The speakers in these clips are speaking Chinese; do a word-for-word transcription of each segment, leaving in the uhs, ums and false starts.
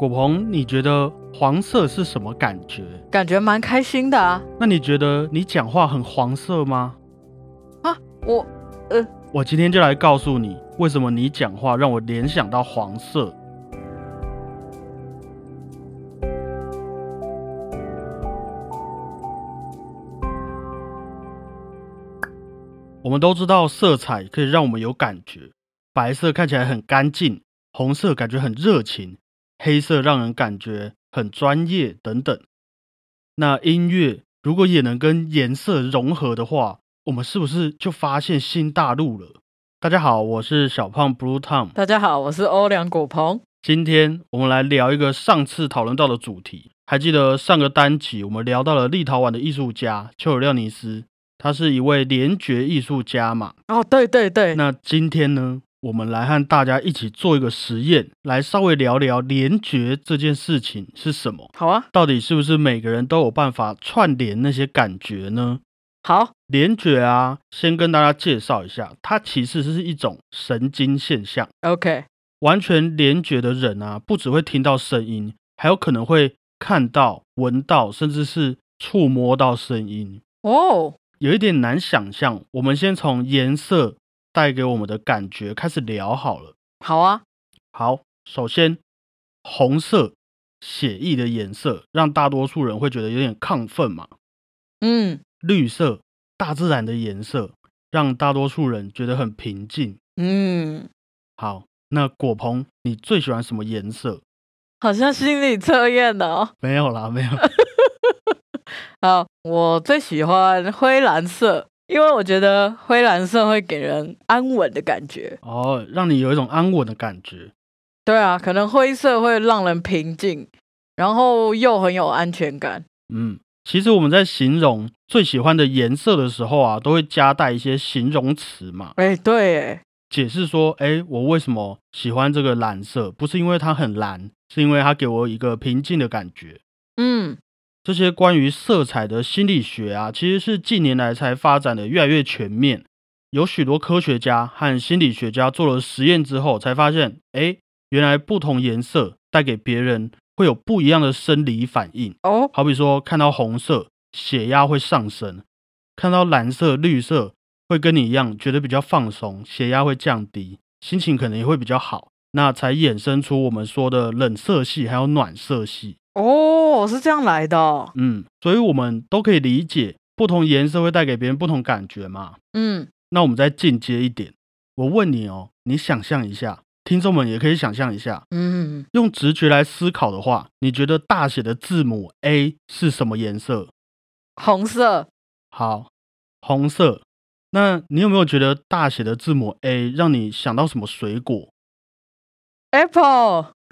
果鹏，你觉得黄色是什么感觉？ 感觉蛮开心的啊。 那你觉得你讲话很黄色吗？ 啊，我，呃， 我今天就来告诉你，为什么你讲话让我联想到黄色。我们都知道色彩可以让我们有感觉，白色看起来很干净，红色感觉很热情，黑色让人感觉很专业等等。那音乐如果也能跟颜色融合的话，我们是不是就发现新大陆了？大家好，我是小胖 Blue Tom。 大家好，我是欧良果鹏。 今天我们来聊一个上次讨论到的主题。还记得上个单集我们聊到了立陶宛的艺术家丘尔廖尼斯，他是一位联觉艺术家嘛。 哦，对对对。 那今天呢，我们来和大家一起做一个实验，来稍微聊聊联觉这件事情是什么。 好啊。 到底是不是每个人都有办法串联那些感觉呢？ 好。 联觉啊，先跟大家介绍一下，它其实是一种神经现象。 OK。 完全联觉的人啊，不只会听到声音，还有可能会看到、闻到，甚至是触摸到声音。 哦， 有一点难想象，我们先从颜色带给我们的感觉开始聊好了。 好啊。 好，首先红色，血液的颜色，让大多数人会觉得有点亢奋嘛。 嗯。 绿色，大自然的颜色，让大多数人觉得很平静。 嗯。 好，那果鹏，你最喜欢什么颜色？ 好像心理测验的哦。 没有啦，没有。 好，我最喜欢灰蓝色，因为我觉得灰蓝色会给人安稳的感觉。 哦，让你有一种安稳的感觉。 对啊，可能灰色会让人平静，然后又很有安全感。 嗯，其实我们在形容最喜欢的颜色的时候啊，都会加带一些形容词嘛。 哎，对耶， 解释说，哎，我为什么喜欢这个蓝色，不是因为它很蓝，是因为它给我一个平静的感觉。 嗯， 这些关于色彩的心理学啊，其实是近年来才发展的越来越全面。有许多科学家和心理学家做了实验之后，才发现，哎，原来不同颜色带给别人会有不一样的生理反应。 哦， 好比说，看到红色，血压会上升；看到蓝色、绿色，会跟你一样觉得比较放松，血压会降低，心情可能也会比较好。那才衍生出我们说的冷色系还有暖色系。 哦，是这样来的哦。 嗯，所以我们都可以理解不同颜色会带给别人不同感觉嘛。 嗯， 那我们再进阶一点，我问你哦，你想象一下，听众们也可以想象一下， 嗯， 用直觉来思考的话，你觉得大写的字母 A 是什么颜色？ 红色。 好，红色。那你有没有觉得大写的字母 A 让你想到什么水果？ Apple。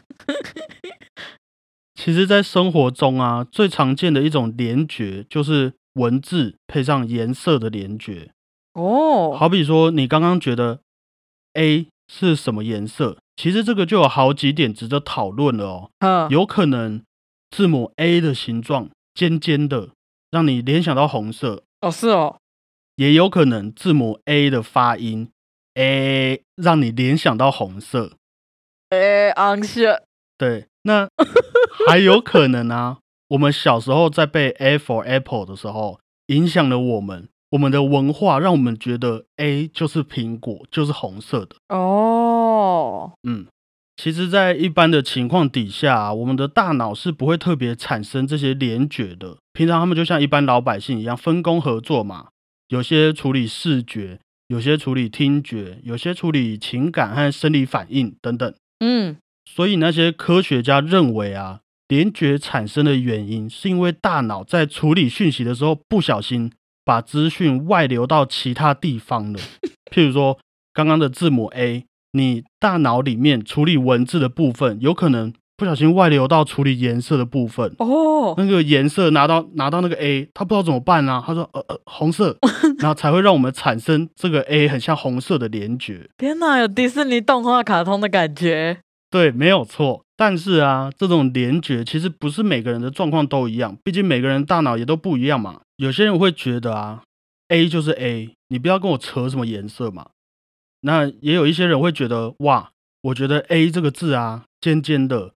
其实在生活中啊，最常见的一种联觉就是文字配上颜色的联觉。 哦， 好比说你刚刚觉得 A 是什么颜色，其实这个就有好几点值得讨论了哦。 嗯， 有可能字母 A 的形状尖尖的，让你联想到红色。 哦，是哦。 也有可能字母 A 的发音 A 让你联想到红色。 哎，昂色。 对，那还有可能啊，我们小时候在背 A for Apple 的时候，影响了我们，我们的文化让我们觉得 A 就是苹果，就是红色的。 哦， 嗯，其实在一般的情况底下啊，我们的大脑是不会特别产生这些联觉的，平常他们就像一般老百姓一样分工合作嘛，有些处理视觉，有些处理听觉，有些处理情感和生理反应等等。 嗯， 所以那些科学家认为啊，联觉产生的原因是因为大脑在处理讯息的时候不小心把资讯外流到其他地方了。譬如说刚刚的字母 A， 你大脑里面处理文字的部分有可能不小心外流到处理颜色的部分。 哦， 那个颜色拿到拿到那个 A， 他不知道怎么办啊，他说呃呃红色，然后才会让我们产生这个 A 很像红色的联觉。 天哪，有迪士尼动画卡通的感觉。 对，没有错。但是啊，这种联觉其实不是每个人的状况都一样，毕竟每个人大脑也都不一样嘛。有些人会觉得啊 A 就是 A， 你不要跟我扯什么颜色嘛。那也有一些人会觉得，哇，我觉得 A 这个字啊尖尖的，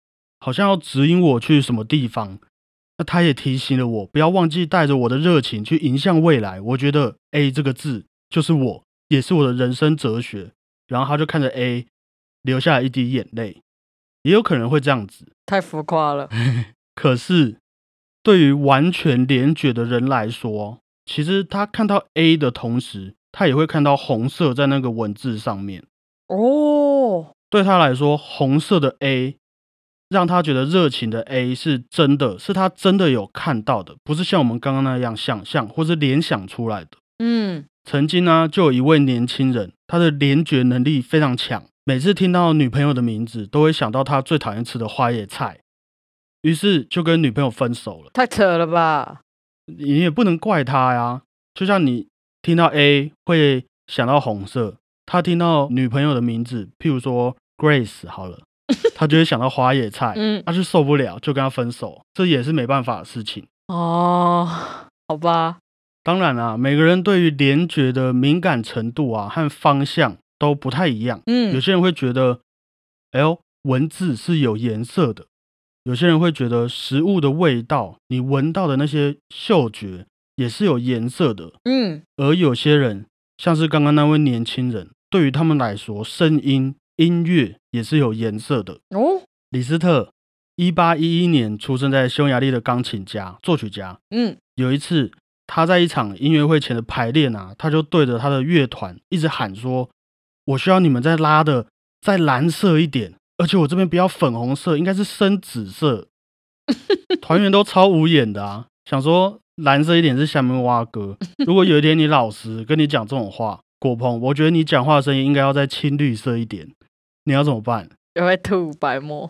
好像要指引我去什么地方。那他也提醒了我，不要忘记带着我的热情去迎向未来。我觉得 A 这个字就是我，也是我的人生哲学。然后他就看着 A 流下了一滴眼泪，也有可能会这样子， 太浮夸了。 可是对于完全连觉的人来说，其实他看到 A 的同时，他也会看到红色在那个文字上面。 哦， 对他来说，红色的 A 让他觉得热情的 A 是真的，是他真的有看到的，不是像我们刚刚那样想象或是联想出来的。 嗯， 曾经呢，就有一位年轻人，他的联觉能力非常强，每次听到女朋友的名字，都会想到他最讨厌吃的花椰菜，于是就跟女朋友分手了。 太扯了吧？ 你也不能怪他呀，就像你听到 A 会想到红色，他听到女朋友的名字，譬如说 Grace 好了，他就会想到花椰菜， 嗯， 他就受不了，就跟他分手，这也是没办法的事情。 哦，好吧。 当然啦、啊，每个人对于联觉的敏感程度啊和方向都不太一样。 嗯， 有些人会觉得，哎呦，文字是有颜色的；有些人会觉得食物的味道，你闻到的那些嗅觉也是有颜色的。 嗯， 而有些人，像是刚刚那位年轻人，对于他们来说，声音、音乐也是有颜色的。 哦， 李斯特，一八一一年出生在匈牙利的钢琴家、作曲家。 嗯， 有一次，他在一场音乐会前的排练啊，他就对着他的乐团一直喊说：“我需要你们再拉的再蓝色一点，而且我这边不要粉红色，应该是深紫色。”团员都超无眼的啊，想说蓝色一点是下面挖歌。如果有一天你老师跟你讲这种话，果鹏，我觉得你讲话的声音应该要再青绿色一点，你要怎么办？ 也会吐白沫。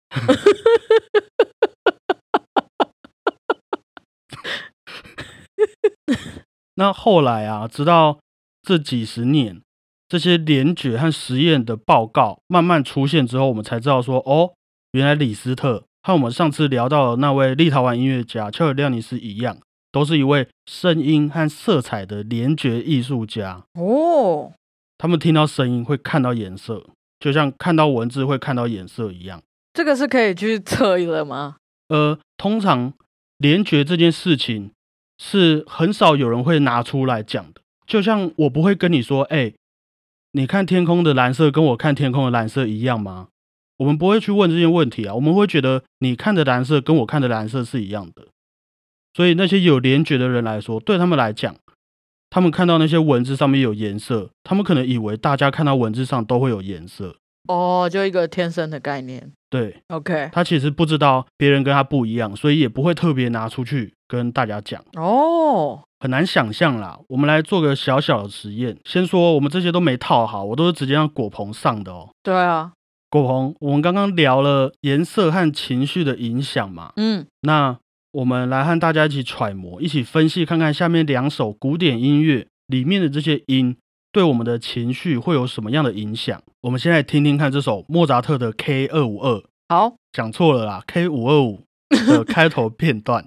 那后来啊，直到这几十年，这些联觉和实验的报告慢慢出现之后，我们才知道说，哦，原来李斯特和我们上次聊到的那位立陶宛音乐家乔尔廖尼斯一样，都是一位声音和色彩的联觉艺术家。 哦， 他们听到声音会看到颜色，就像看到文字会看到颜色一样。 这个是可以去测的吗？ 呃，通常联觉这件事情是很少有人会拿出来讲的。就像我不会跟你说，哎、欸，你看天空的蓝色跟我看天空的蓝色一样吗？我们不会去问这件问题啊，我们会觉得你看的蓝色跟我看的蓝色是一样的。所以那些有联觉的人来说，对他们来讲，他们看到那些文字上面有颜色，他们可能以为大家看到文字上都会有颜色。 哦，就一个天生的概念。 对 ，OK， 他其实不知道别人跟他不一样，所以也不会特别拿出去跟大家讲。 哦， 很难想象啦。我们来做个小小的实验。先说我们这些都没套好，我都是直接让果鹏上的哦。 对啊， 果鹏，我们刚刚聊了颜色和情绪的影响嘛， 嗯， 那我们来和大家一起揣摩，一起分析看看下面两首古典音乐里面的这些音对我们的情绪会有什么样的影响。我们先来听听看这首莫扎特的 K 二五二。 好， 讲错了啦 ，K 五二五 的开头片段。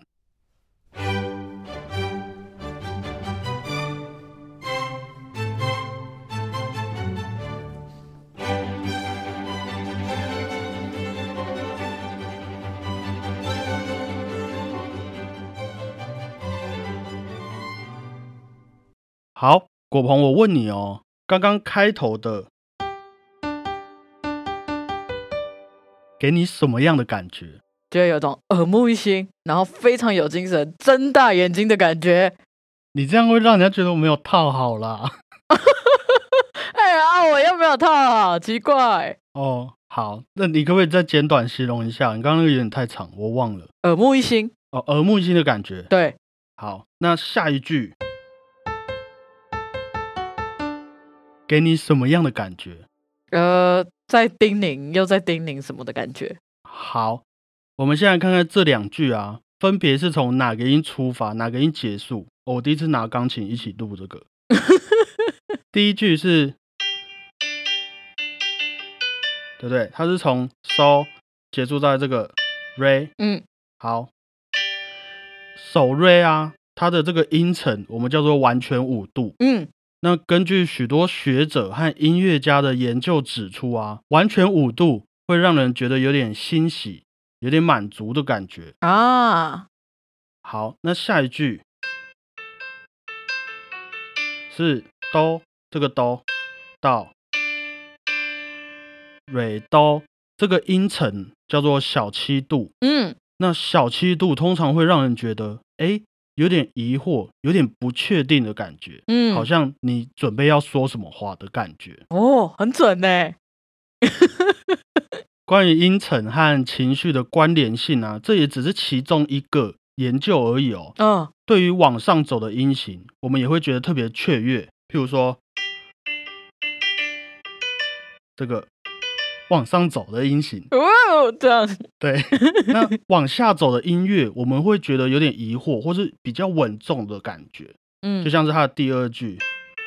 好，果鹏，我问你哦，刚刚开头的给你什么样的感觉？ 就有种耳目一新，然后非常有精神，睁大眼睛的感觉。 你这样会让人家觉得我没有套好啦。 哎呀，我又没有套好，奇怪。 哦，好，那你可不可以再简短形容一下？你刚刚那个有点太长，我忘了。 耳目一新。 哦，耳目一新的感觉。 对， 好，那下一句给你什么样的感觉？ 呃，在叮咛又在叮咛什么的感觉。 好，我们现在看看这两句啊，分别是从哪个音出发，哪个音结束。哦，我第一次拿钢琴一起录这个。第一句是，对不对？它是从 So 结束在这个 Re。 嗯， 好，手 Re 啊，它的这个音程我们叫做完全五度。 嗯， 那根据许多学者和音乐家的研究指出啊，完全五度会让人觉得有点欣喜， 有点满足的感觉啊。 好，那下一句是哆，这个哆到蕊哆，这个音程叫做小七度。 嗯， 那小七度通常会让人觉得，哎，有点疑惑，有点不确定的感觉， 嗯， 好像你准备要说什么话的感觉。 哦，很准呢。 关于音程和情绪的关联性啊，这也只是其中一个研究而已哦。 嗯， 对于往上走的音型，我们也会觉得特别雀跃。譬如说，这个往上走的音型， 哦，这样， 对。那往下走的音乐，我们会觉得有点疑惑，或是比较稳重的感觉。 嗯， 就像是它的第二句，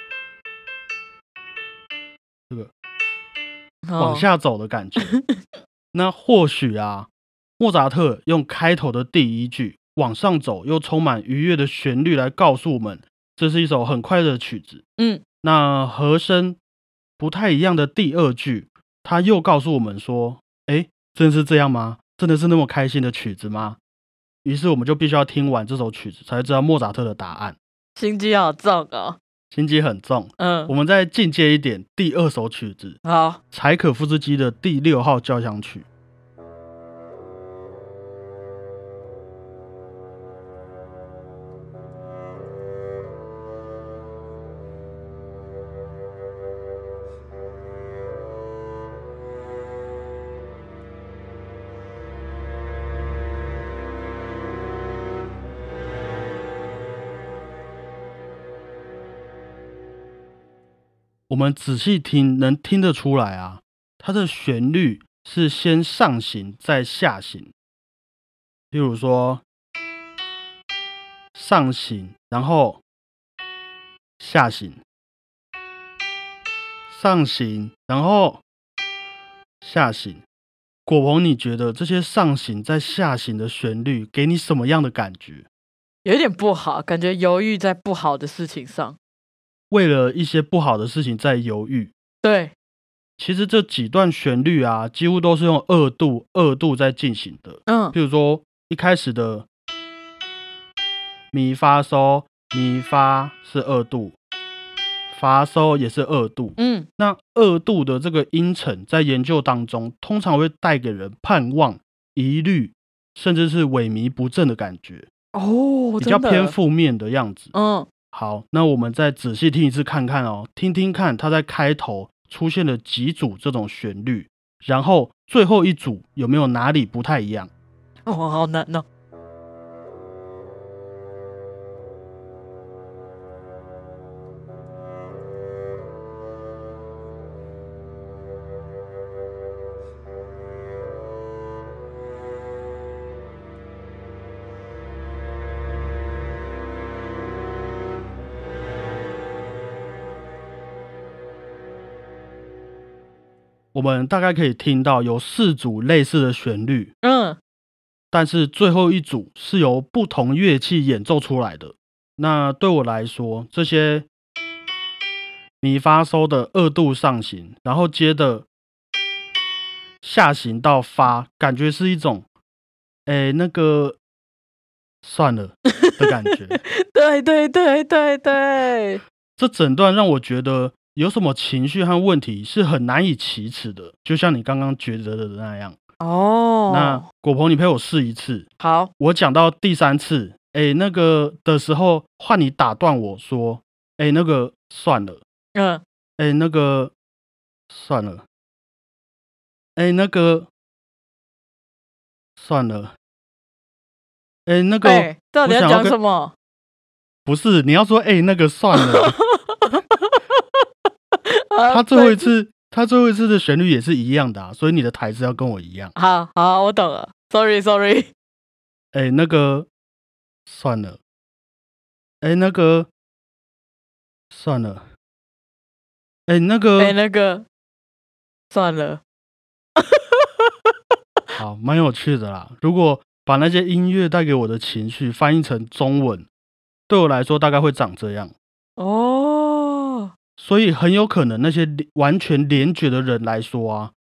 这个往下走的感觉。哦、那或许啊，莫扎特用开头的第一句往上走又充满愉悦的旋律来告诉我们，这是一首很快乐的曲子。 嗯， 那和声不太一样的第二句，他又告诉我们说，哎，真的是这样吗？真的是那么开心的曲子吗？于是我们就必须要听完这首曲子，才知道莫扎特的答案。 心机好重哦， 心机很重。 嗯， 我们再进阶一点，第二首曲子， 好， 柴可夫斯基的第六号交响曲。我们仔细听，能听得出来啊，它的旋律是先上行再下行。例如说，上行，然后下行，上行，然后下行。果鹏，你觉得这些上行再下行的旋律给你什么样的感觉？ 有点不好，感觉犹豫在不好的事情上。 为了一些不好的事情在犹豫。 对， 其实这几段旋律啊，几乎都是用二度、二度在进行的。 嗯， 譬如说一开始的咪发嗦，咪发是二度，发嗦也是二度。 嗯， 那二度的这个音程，在研究当中，通常会带给人盼望、疑虑，甚至是萎靡不振的感觉。 哦， 比较偏负面的样子。 嗯。 好，那我们再仔细听一次看看哦，听听看它在开头出现了几组这种旋律，然后最后一组有没有哪里不太一样？ 哦，好难哦。 我们大概可以听到有四组类似的旋律， 嗯， 但是最后一组是由不同乐器演奏出来的。那对我来说，这些咪发嗦的二度上行，然后接的下行到发，感觉是一种，哎，那个算了的感觉。 对对对对对， 这整段让我觉得有什么情绪和问题是很难以启齿的，就像你刚刚觉得的那样。 哦， 那果鹏，你陪我试一次。 好， 我讲到第三次，哎，那个的时候，换你打断我说，哎，那个算了， 嗯， 哎，那个算了，哎，那个算了，哎，那个， 哎，到底要讲我想要跟什么？ 不是，你要说，哎，那个算了。 啊他最后一次，他最后一次的旋律也是一样的啊，所以你的台词要跟我一样。 好好，我懂了。Sorry Sorry， 哎，那个算了，哎，那个算了，哎，那个， 哎，那个算了。 好，蛮有趣的啦。如果把那些音乐带给我的情绪翻译成中文，对我来说大概会长这样。 哦， 所以很有可能那些完全连觉的人来说啊，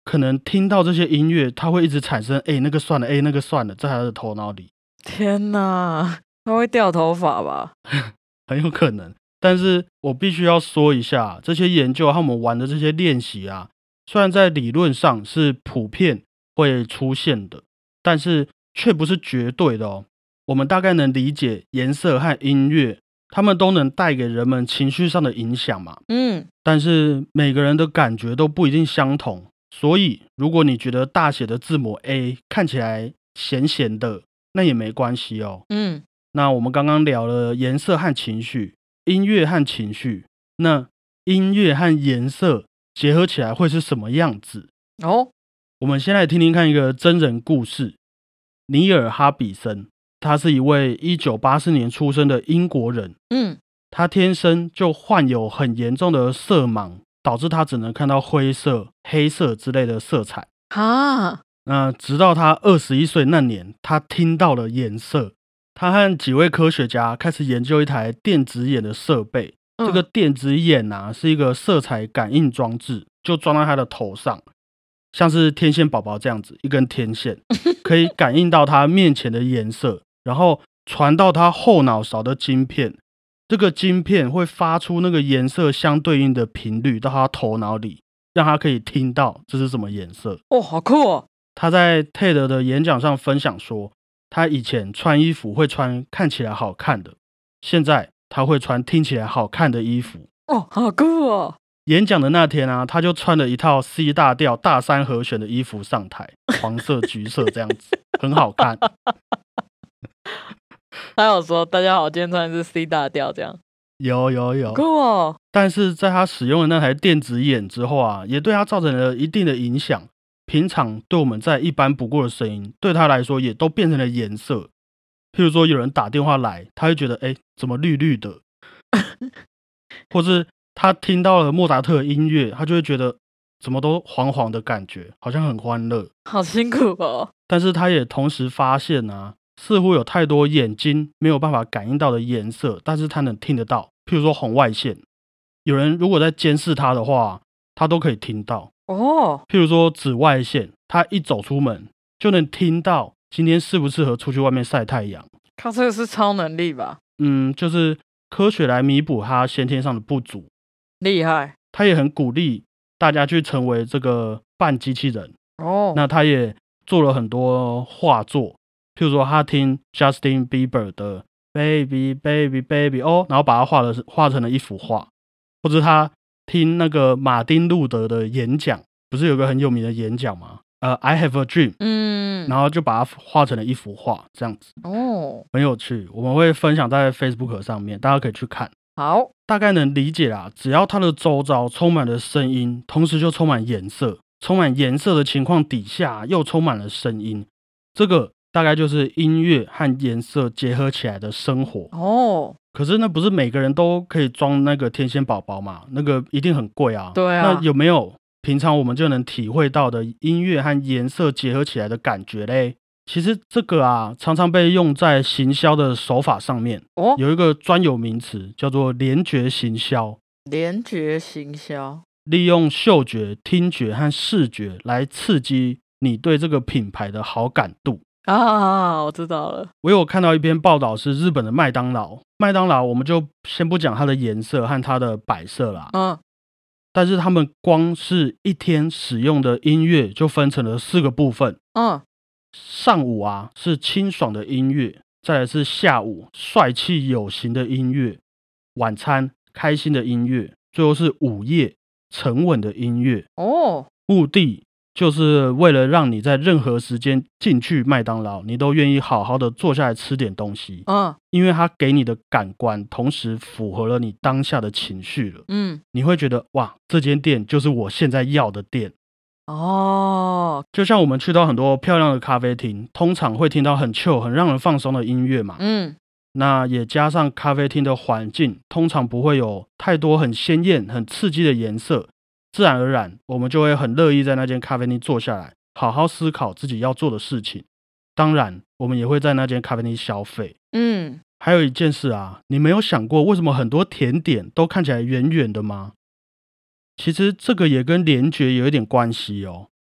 可能听到这些音乐，他会一直产生哎那个算了，哎那个算了，在他的头脑里。 天哪，他会掉头发吧？ 很有可能。但是我必须要说一下，这些研究和我们玩的这些练习啊，虽然在理论上是普遍会出现的，但是却不是绝对的哦。我们大概能理解颜色和音乐，他们都能带给人们情绪上的影响嘛。 嗯， 但是每个人的感觉都不一定相同，所以如果你觉得大写的字母 A 看起来咸咸的，那也没关系哦。 嗯， 那我们刚刚聊了颜色和情绪，音乐和情绪，那音乐和颜色结合起来会是什么样子？ 哦， 我们先来听听看一个真人故事。尼尔·哈比森，他是一位一九八四年出生的英国人。 嗯， 他天生就患有很严重的色盲，导致他只能看到灰色、黑色之类的色彩。 哈， 那直到他二十一岁那年，他听到了颜色。他和几位科学家开始研究一台电子眼的设备。 嗯、 这个电子眼啊，是一个色彩感应装置，就装在他的头上，像是天线宝宝这样子，一根天线可以感应到他面前的颜色，然后传到他后脑勺的晶片。这个晶片会发出那个颜色相对应的频率到他头脑里，让他可以听到这是什么颜色。 哦，好酷哦！ 他在 T E D 的演讲上分享说，他以前穿衣服会穿看起来好看的，现在他会穿听起来好看的衣服。 哦，好酷哦！ 演讲的那天啊，他就穿了一套 C 大调大三和弦的衣服上台，黄色、橘色这样子，很好看。 他有说大家好，今天穿的是 C 大调这样。 有有有， 酷哦！ 但是在他使用了那台电子眼之后啊，也对他造成了一定的影响。平常对我们再一般不过的声音，对他来说也都变成了颜色。譬如说有人打电话来，他会觉得哎，怎么绿绿的？或是他听到了莫扎特的音乐，他就会觉得怎么都黄黄的感觉，好像很欢乐。 好辛苦哦。 但是他也同时发现啊，似乎有太多眼睛没有办法感应到的颜色，但是他能听得到。譬如说红外线，有人如果在监视他的话，他都可以听到。 哦， 譬如说紫外线，他一走出门就能听到今天适不适合出去外面晒太阳。 靠，这个是超能力吧？ 嗯，就是科学来弥补他先天上的不足。 厉害。 他也很鼓励大家去成为这个半机器人。 哦， 那他也做了很多画作，譬如说他听 Justin Bieber 的 Baby Baby Baby 哦，然后把它画了画成了一幅画，或者他听那个马丁路德的演讲，不是有个很有名的演讲吗？呃 I have a dream， 嗯， 然后就把它画成了一幅画，这样子。 哦， 很有趣，我们会分享在 Facebook 上面，大家可以去看。 好， 大概能理解啦，只要它的周遭充满了声音，同时就充满颜色，充满颜色的情况底下又充满了声音，这个大概就是音乐和颜色结合起来的生活。 哦， 可是那不是每个人都可以装那个天线宝宝嘛，那个一定很贵啊。 对啊， 那有没有平常我们就能体会到的音乐和颜色结合起来的感觉嘞？其实这个啊，常常被用在行销的手法上面。 哦， 有一个专有名词叫做联觉行销。 联觉行销， 利用嗅觉、听觉和视觉来刺激你对这个品牌的好感度啊，我知道了。 我有看到一篇报道，是日本的麦当劳。麦当劳我们就先不讲它的颜色和它的摆设啦， 嗯， 但是他们光是一天使用的音乐就分成了四个部分。 嗯， 上午啊是清爽的音乐，再来是下午帅气有型的音乐，晚餐开心的音乐，最后是午夜沉稳的音乐。 哦， 目的就是为了让你在任何时间进去麦当劳，你都愿意好好的坐下来吃点东西。 嗯， 因为它给你的感官同时符合了你当下的情绪了。 嗯， 你会觉得哇，这间店就是我现在要的店。 哦， 就像我们去到很多漂亮的咖啡厅，通常会听到很 chill 很让人放松的音乐嘛。 嗯， 那也加上咖啡厅的环境通常不会有太多很鲜艳很刺激的颜色，自然而然我们就会很乐意在那间咖啡厅坐下来，好好思考自己要做的事情。当然我们也会在那间咖啡厅消费。 嗯， 还有一件事啊，你没有想过为什么很多甜点都看起来圆圆的吗？其实这个也跟联觉有一点关系哦。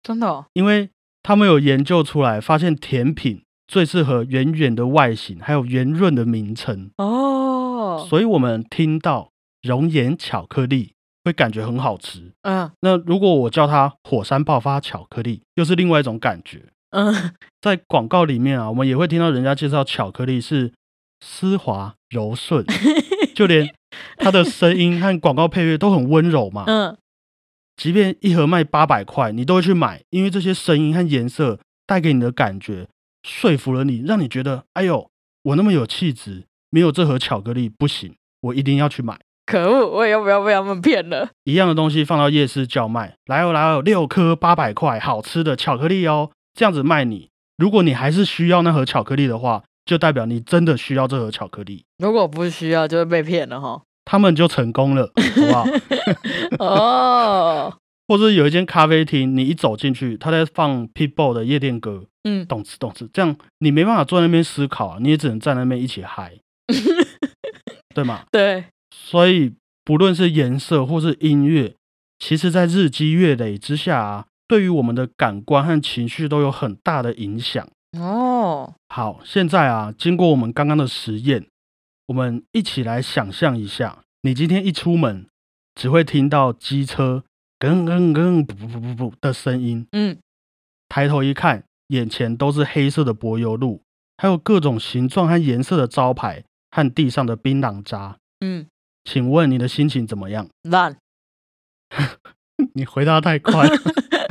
真的哦？ 因为他们有研究出来，发现甜品最适合圆圆的外形，还有圆润的名称哦。 所以我们听到熔岩巧克力会感觉很好吃。 嗯那如果我叫它火山爆发巧克力，又是另外一种感觉。 嗯， 在广告里面啊，我们也会听到人家介绍巧克力是丝滑柔顺，就连它的声音和广告配乐都很温柔嘛。 嗯， 即便一盒卖八百块，你都会去买，因为这些声音和颜色带给你的感觉说服了你，让你觉得哎呦，我那么有气质，没有这盒巧克力不行，我一定要去买。 可恶，我也要不要被他们骗了？ 一样的东西放到夜市叫卖，来哦来哦，六颗八百块，好吃的巧克力哦，这样子卖你。如果你还是需要那盒巧克力的话，就代表你真的需要这盒巧克力。 如果不需要，就会被骗了哈。 他们就成功了，好不好？ 哦， 或者有一间咖啡厅，你一走进去，他在放 Pitbull 的夜店歌， 嗯， 动次动次，这样你没办法坐在那边思考啊，你也只能站在那边一起嗨，对吗？ 对， 所以不论是颜色或是音乐，其实在日积月累之下啊，对于我们的感官和情绪都有很大的影响。 哦， 好，现在啊，经过我们刚刚的实验，我们一起来想象一下，你今天一出门，只会听到机车跟跟跟噗噗噗噗噗的声音， 嗯， 抬头一看，眼前都是黑色的柏油路，还有各种形状和颜色的招牌和地上的槟榔渣。 嗯， 请问你的心情怎么样？ 烂。 你回答太快了。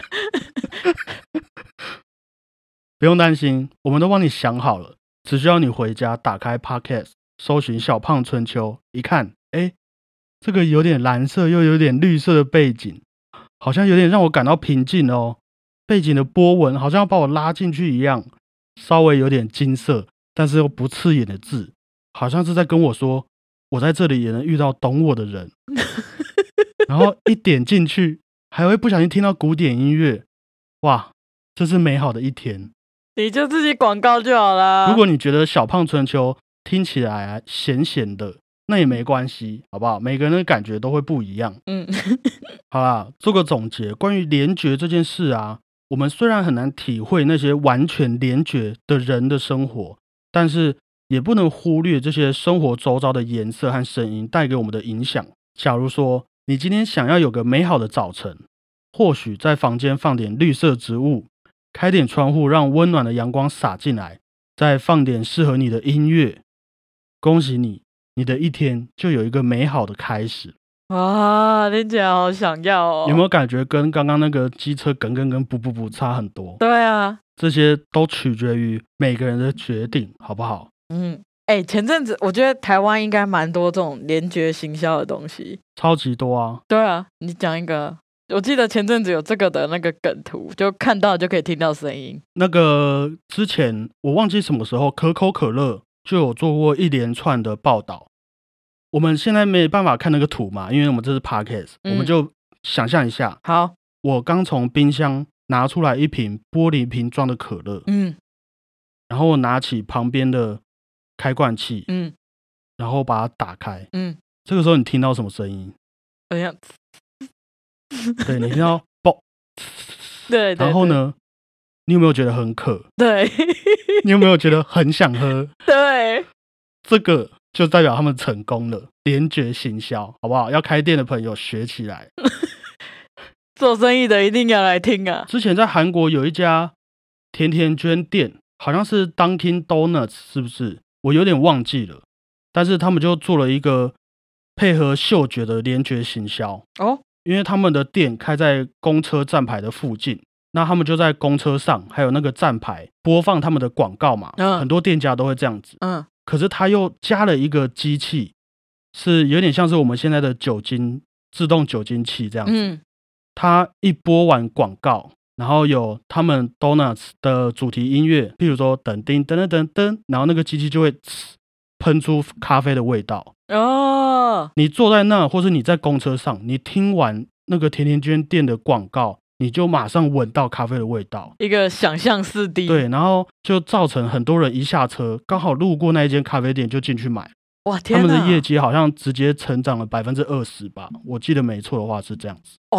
不用担心，我们都帮你想好了，只需要你回家打开 Podcast， 搜寻小胖春秋，一看，哎，这个有点蓝色又有点绿色的背景，好像有点让我感到平静哦。背景的波纹好像要把我拉进去一样，稍微有点金色，但是又不刺眼的字，好像是在跟我说，我在这里也能遇到懂我的人。然后一点进去，还会不小心听到古典音乐，哇，这是美好的一天。 你就自己广告就好啦。 如果你觉得小胖春秋听起来啊咸咸的，那也没关系，好不好？每个人的感觉都会不一样。 嗯， 好啦，做个总结，关于联觉这件事啊，我们虽然很难体会那些完全联觉的人的生活，但是也不能忽略这些生活周遭的颜色和声音带给我们的影响。假如说你今天想要有个美好的早晨，或许在房间放点绿色植物，开点窗户让温暖的阳光洒进来，再放点适合你的音乐，恭喜你，你的一天就有一个美好的开始。 哇，听起来好想要哦。 有没有感觉跟刚刚那个机车梗梗梗补补补差很多？ 对啊， 这些都取决于每个人的决定，好不好？ 嗯，哎、欸，前阵子我觉得台湾应该蛮多这种联觉行销的东西， 超级多啊。 对啊，你讲一个。我记得前阵子有这个的那个梗图，就看到就可以听到声音。那个之前我忘记什么时候，可口可乐就有做过一连串的报道。我们现在没办法看那个图嘛，因为我们这是 podcast，、嗯、我们就想象一下。 好， 我刚从冰箱拿出来一瓶玻璃瓶装的可乐，嗯，然后我拿起旁边的开罐器，嗯，然后把它打开，嗯，这个时候你听到什么声音？ 好像。 对，你听到爆， 对， 然后呢，你有没有觉得很渴？ 对， 你有没有觉得很想喝？ 对， 这个就代表他们成功了，联觉行销，好不好？要开店的朋友学起来， 做生意的一定要来听啊！ 之前在韩国有一家甜甜圈店，好像是 Dunkin' Donuts， 是不是？我有点忘记了，但是他们就做了一个配合嗅觉的联觉行销哦。因为他们的店开在公车站牌的附近，那他们就在公车上还有那个站牌播放他们的广告嘛，嗯、很多店家都会这样子。嗯，可是他又加了一个机器，是有点像是我们现在的酒精自动酒精器这样子。嗯，他一播完广告，然后有他们 Donuts 的主题音乐，譬如说噔叮噔噔噔噔，然后那个机器就会喷出咖啡的味道。哦，你坐在那，或是你在公车上，你听完那个甜甜圈店的广告，你就马上闻到咖啡的味道， 一个想象四 D。 对，然后就造成很多人一下车，刚好路过那一间咖啡店就进去买。 哇，天哪！ 他们的业绩好像直接成长了百分之二十吧，我记得没错的话是这样子。 哦，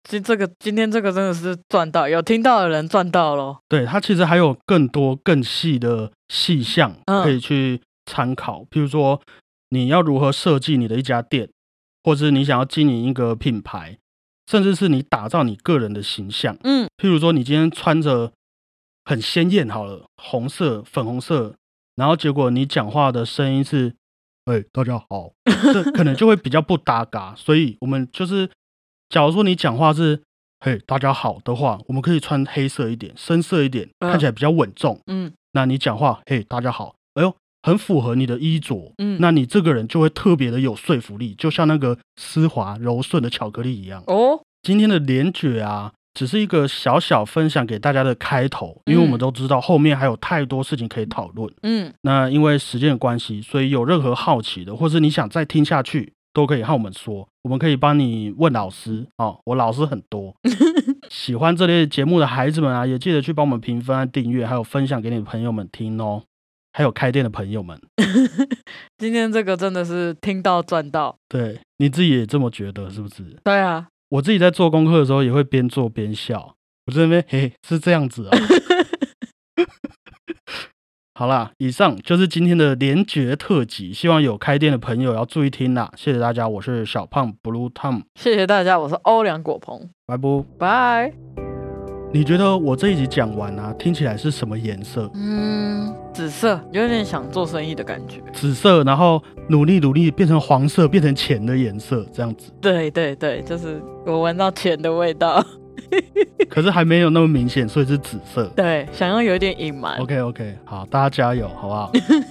今这个今天这个真的是赚到，有听到的人赚到咯。 对，它其实还有更多更细的细项可以去参考，譬如说你要如何设计你的一家店，或是你想要经营一个品牌，甚至是你打造你个人的形象。嗯，譬如说你今天穿着很鲜艳好了，红色粉红色，然后结果你讲话的声音是哎，大家好，这可能就会比较不搭嘎。所以我们就是假如说你讲话是嘿大家好的话，我们可以穿黑色一点，深色一点，看起来比较稳重。嗯，那你讲话嘿大家好，哎呦很符合你的衣着。嗯，那你这个人就会特别的有说服力，就像那个丝滑柔顺的巧克力一样。哦，今天的连结啊只是一个小小分享给大家的开头，因为我们都知道后面还有太多事情可以讨论。嗯，那因为时间的关系，所以有任何好奇的，或是你想再听下去，都可以和我们说，我们可以帮你问老师。哦，我老师很多。喜欢这类节目的孩子们啊，也记得去帮我们评分、订阅，还有分享给你的朋友们听哦。还有开店的朋友们。 今天这个真的是听到赚到。 对，你自己也这么觉得是不是？ 对啊， 我自己在做功课的时候也会边做边笑，我在那边嘿是这样子啊。好啦，以上就是今天的连结特辑，希望有开店的朋友要注意听啦。谢谢大家，我是小胖 Blue Tom。 谢谢大家，我是欧良果鹏。 拜拜拜。 你觉得我这一集讲完啊，听起来是什么颜色？ 嗯，紫色，有点想做生意的感觉。 紫色，然后努力努力变成黄色，变成钱的颜色，这样子。 对对对，就是我闻到钱的味道。 可是还没有那么明显，所以是紫色。 对，想要有点隐瞒。 OK OK， 好，大家加油，好不好？